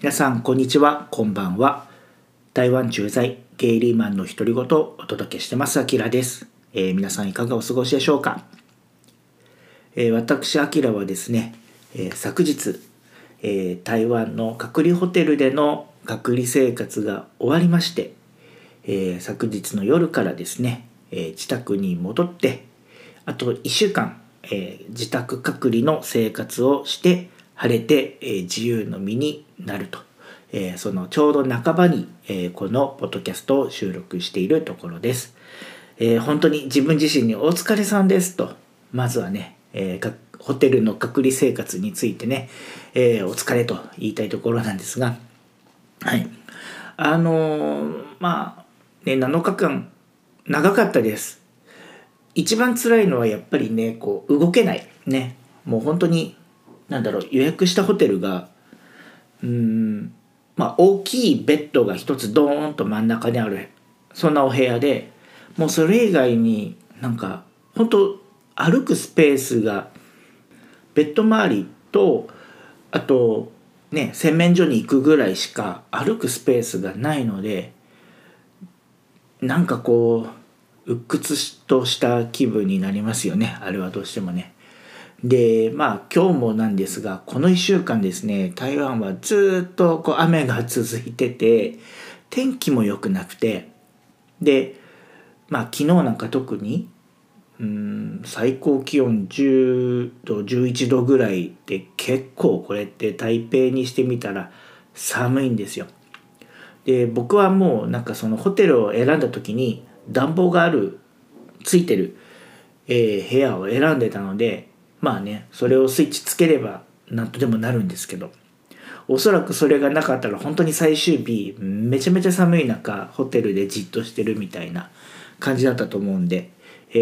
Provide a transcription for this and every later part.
皆さんこんにちは、こんばんは。台湾駐在ゲイリーマンの独り言をお届けしてますあきらです。皆さんいかがお過ごしでしょうか。私あきらはですね、昨日、台湾の隔離ホテルでの隔離生活が終わりまして、昨日の夜からですね、自宅に戻ってあと1週間、自宅隔離の生活をして晴れて、自由の身になると、そのちょうど半ばに、このポッドキャストを収録しているところです。本当に自分自身にお疲れさんですと、まずはね、ホテルの隔離生活についてね、お疲れと言いたいところなんですが、はい、7日間長かったです。一番辛いのはやっぱりね、こう動けないね。もう本当に予約したホテルが大きいベッドが一つドーンと真ん中にある、そんなお部屋で、もうそれ以外に本当歩くスペースがベッド周りと、あとね、洗面所に行くぐらいしか歩くスペースがないので、鬱屈とした気分になりますよね、あれはどうしてもね。で今日もなんですが、この1週間ですね、台湾はずっと雨が続いてて、天気も良くなくて、で昨日なんか特に最高気温10度11度ぐらいで、結構これって台北にしてみたら寒いんですよ。で僕はもうそのホテルを選んだ時に暖房がついてる、部屋を選んでたので、それをスイッチつければ何とでもなるんですけど、おそらくそれがなかったら本当に最終日めちゃめちゃ寒い中ホテルでじっとしてるみたいな感じだったと思うんで、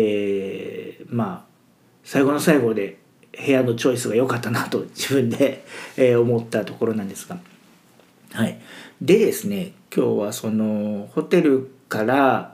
最後の最後で部屋のチョイスが良かったなと自分で、思ったところなんですが、はい。でですね、今日はそのホテルから、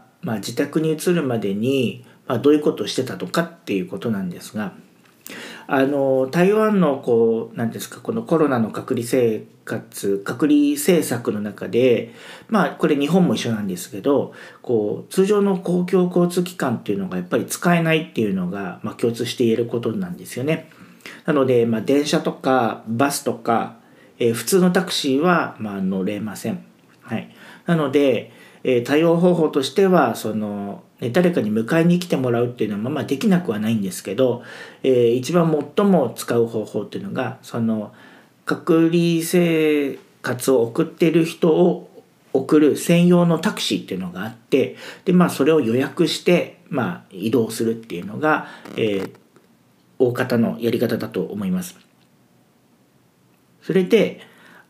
自宅に移るまでに、どういうことをしてたとかっていうことなんですが、台湾のこのコロナの隔離政策の中で、これ日本も一緒なんですけど、通常の公共交通機関っていうのがやっぱり使えないっていうのが、共通して言えることなんですよね。なので、電車とかバスとか、普通のタクシーは乗れません。はい。なので、対応方法としては誰かに迎えに来てもらうっていうのはできなくはないんですけど、一番最も使う方法っていうのが、その隔離生活を送っている人を送る専用のタクシーっていうのがあって、でそれを予約して、移動するっていうのが、大方のやり方だと思います。それで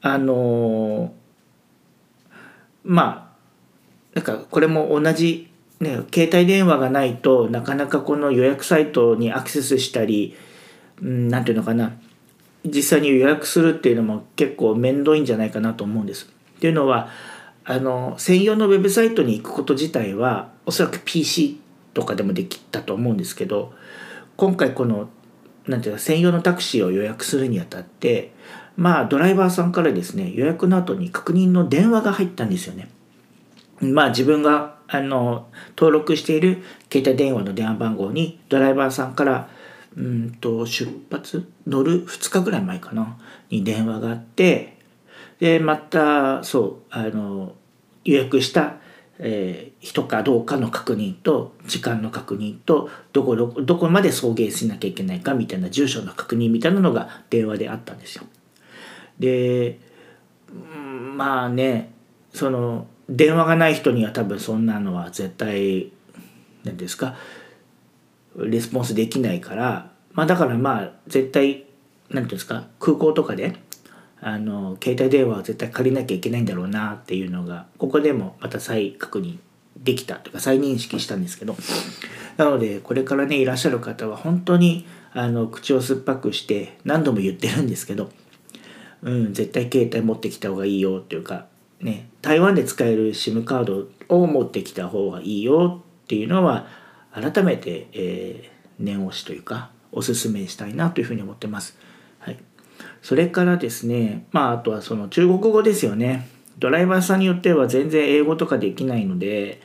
これも同じね、携帯電話がないとなかなかこの予約サイトにアクセスしたり、実際に予約するっていうのも結構面倒いんじゃないかなと思うんです。っていうのは専用のウェブサイトに行くこと自体はおそらく PC とかでもできたと思うんですけど、今回この専用のタクシーを予約するにあたって、ドライバーさんからですね、予約の後に確認の電話が入ったんですよね。自分が登録している携帯電話の電話番号にドライバーさんから出発乗る2日ぐらい前かなに電話があって、でまた予約した人かどうかの確認と時間の確認とどこまで送迎しなきゃいけないかみたいな住所の確認みたいなのが電話であったんですよ。でその電話がない人には多分そんなのは絶対レスポンスできないから、だから絶対空港とかで携帯電話を絶対借りなきゃいけないんだろうなっていうのがここでもまた再確認できたというか再認識したんですけど、なのでこれからねいらっしゃる方は本当に口を酸っぱくして何度も言ってるんですけど、絶対携帯持ってきた方がいいよっていうかね、台湾で使える SIM カードを持ってきた方がいいよっていうのは改めて、念押しというかおすすめしたいなというふうに思ってます。はい。 それからですね、あとはその中国語ですよね。ドライバーさんによっては全然英語とかできないので、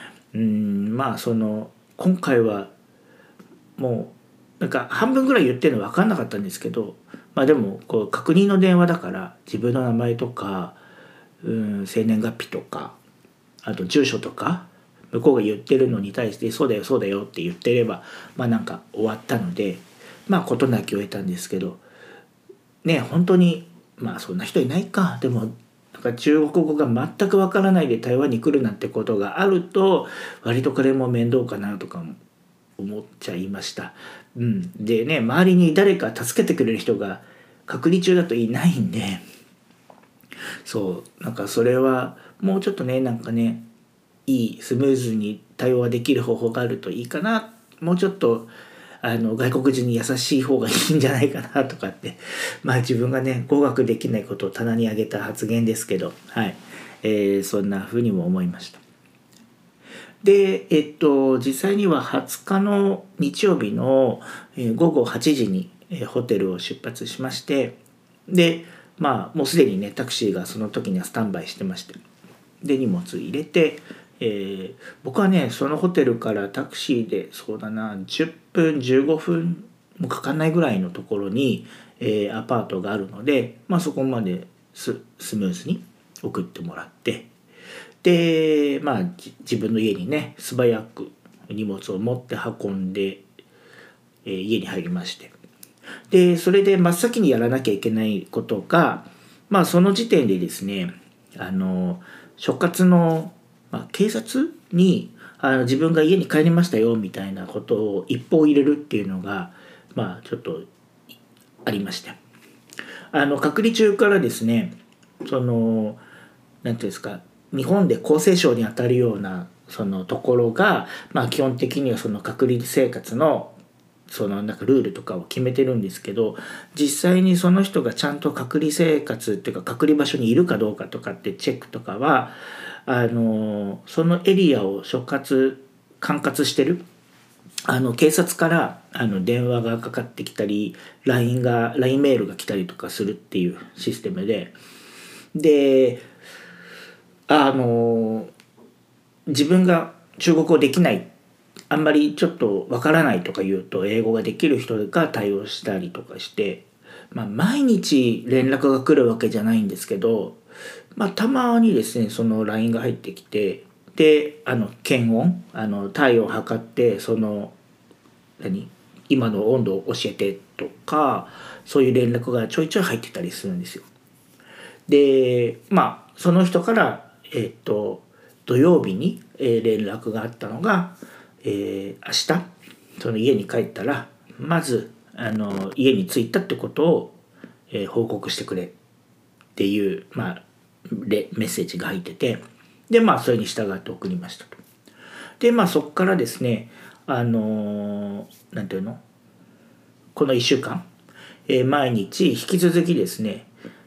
今回はもうなんか半分ぐらい言ってるの分かんなかったんですけど、でもこう確認の電話だから自分の名前とか、生年月日とか、あと住所とか向こうが言ってるのに対してそうだよそうだよって言ってればなんか終わったので事なきを得たんですけどね、本当にそんな人いないか。でもなんか中国語が全くわからないで台湾に来るなんてことがあると割とこれも面倒かなとか思っちゃいました。でね、周りに誰か助けてくれる人が隔離中だといないんで、なんかそれはもうちょっとね、なんかね、いいスムーズに対応ができる方法があるといいかな。もうちょっと外国人に優しい方がいいんじゃないかなとかって自分がね語学できないことを棚に上げた発言ですけど、そんな風にも思いました。で実際には20日の日曜日の午後8時にホテルを出発しまして、でもうすでにねタクシーがその時にはスタンバイしてまして、で荷物入れて、僕はねそのホテルからタクシーでそうだな10分15分もかかんないぐらいのところに、アパートがあるので、そこまでスムーズに送ってもらって、で自分の家にね素早く荷物を持って運んで、家に入りまして、でそれで真っ先にやらなきゃいけないことが、その時点でですね所轄の、警察に自分が家に帰りましたよみたいなことを一報入れるっていうのがちょっとありまして、隔離中からですねなんていうんですか、日本で厚生省にあたるようなそのところが、基本的にはその隔離生活のなんかルールとかを決めてるんですけど、実際にその人がちゃんと隔離生活っていうか隔離場所にいるかどうかとかってチェックとかはそのエリアを管轄してる警察から電話がかかってきたり LINE メールが来たりとかするっていうシステムで、自分が中国語できない、あんまりちょっとわからないとか言うと英語ができる人が対応したりとかして、毎日連絡が来るわけじゃないんですけど、たまにですねその LINE が入ってきて、で検温体温を測って今の温度を教えてとか、そういう連絡がちょいちょい入ってたりするんですよ。でその人から土曜日に連絡があったのが、明日その家に帰ったらまず家に着いたってことを、報告してくれっていうメッセージが入ってて、でそれに従って送りましたと。でそこからですねなんていうの、この1週間、毎日引き続きですね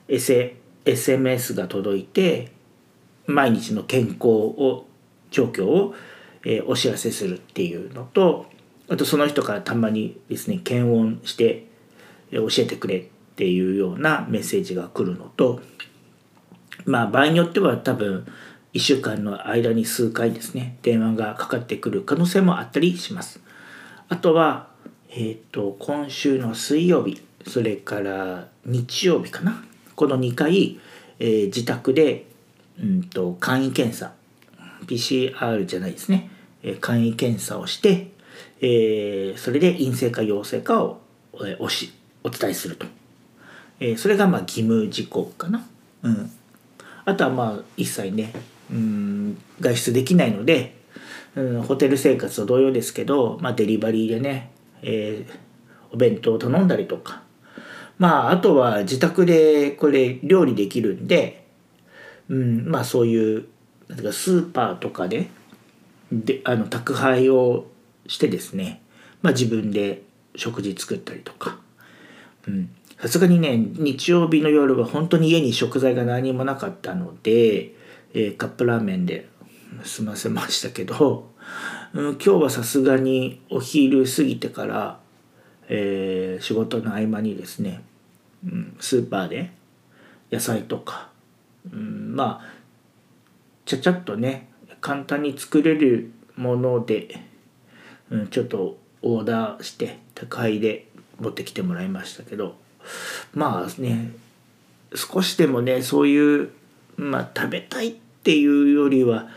SMS が届いて毎日の健康状況を、お知らせするっていうのと、あとその人からたまにですね検温して、教えてくれっていうようなメッセージが来るのと、場合によっては多分1週間の間に数回ですね電話がかかってくる可能性もあったりします。あとは、今週の水曜日それから日曜日かな、この2回、自宅で簡易検査 PCR じゃないですね、簡易検査をして、それで陰性か陽性かを、お伝えすると、それが義務事項かな。あとは一切ね外出できないので、ホテル生活と同様ですけど、デリバリーでね、お弁当を頼んだりとか、あとは自宅でこれ料理できるんで、そういうなんていうかスーパーとかで宅配をしてですね、自分で食事作ったりとか、さすがにね日曜日の夜は本当に家に食材が何もなかったので、カップラーメンで済ませましたけど、今日はさすがにお昼過ぎてから、仕事の合間にですねスーパーで野菜とか、まあちゃちゃっとね簡単に作れるもので、ちょっとオーダーして宅配で持ってきてもらいましたけど、まあね少しでもねそういう、食べたいっていうよりは、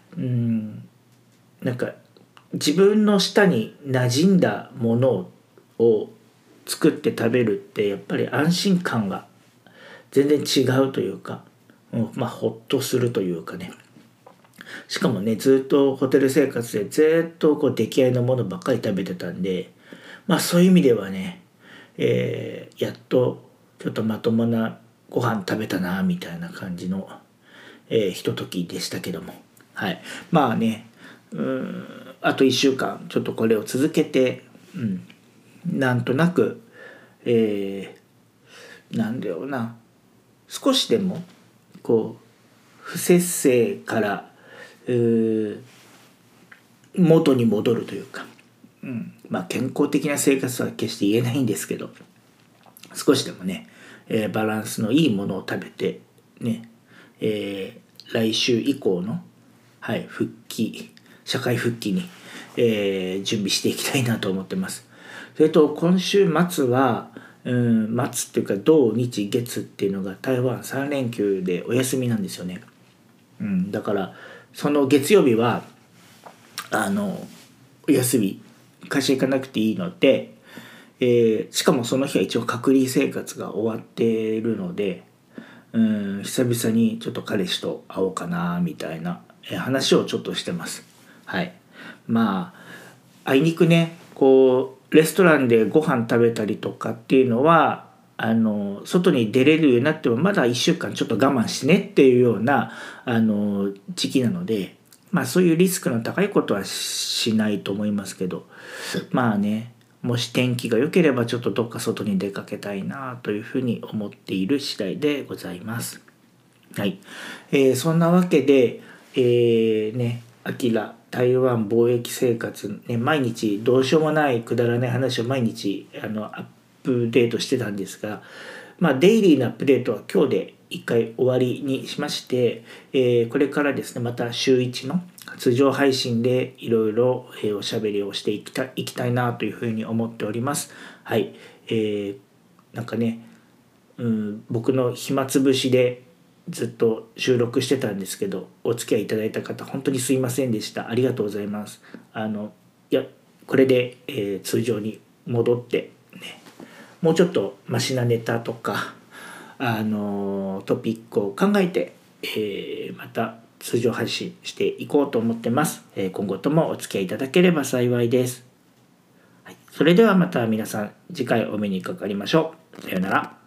なんか自分の舌に馴染んだものを作って食べるってやっぱり安心感が全然違うというか、ほっとするというかね。しかもねずっとホテル生活でずっと出来合いのものばっかり食べてたんで、そういう意味ではね、やっとちょっとまともなご飯食べたなみたいな感じの、ひとときでしたけども、あと1週間ちょっとこれを続けて、なんとなく、なんだろうな、少しでも不節制から元に戻るというか、健康的な生活は決して言えないんですけど、少しでもね、バランスのいいものを食べてね、来週以降の、社会復帰に、準備していきたいなと思ってます。それと今週末は末っていうか土日月っていうのが台湾3連休でお休みなんですよね。だからその月曜日はお休み、会社行かなくていいので、しかもその日は一応隔離生活が終わっているので、久々にちょっと彼氏と会おうかなみたいな話をちょっとしてます。あいにくねレストランでご飯食べたりとかっていうのは外に出れるようになってもまだ1週間ちょっと我慢してねっていうような時期なので、そういうリスクの高いことはしないと思いますけど、もし天気が良ければちょっとどっか外に出かけたいなというふうに思っている次第でございます。そんなわけでアキラ台湾貿易生活ね、毎日どうしようもないくだらない話を毎日アップデートしてたんですが、デイリーなアップデートは今日で1回終わりにしまして、これからですねまた週1の通常配信でいろいろおしゃべりをしていきたいなというふうに思っております。僕の暇つぶしでずっと収録してたんですけど、お付き合いいただいた方本当にすいませんでした。ありがとうございます。これで、通常に戻ってね、もうちょっとマシなネタとかトピックを考えて、また通常配信していこうと思ってます。今後ともお付き合いいただければ幸いです。それではまた皆さん次回お目にかかりましょう。さようなら。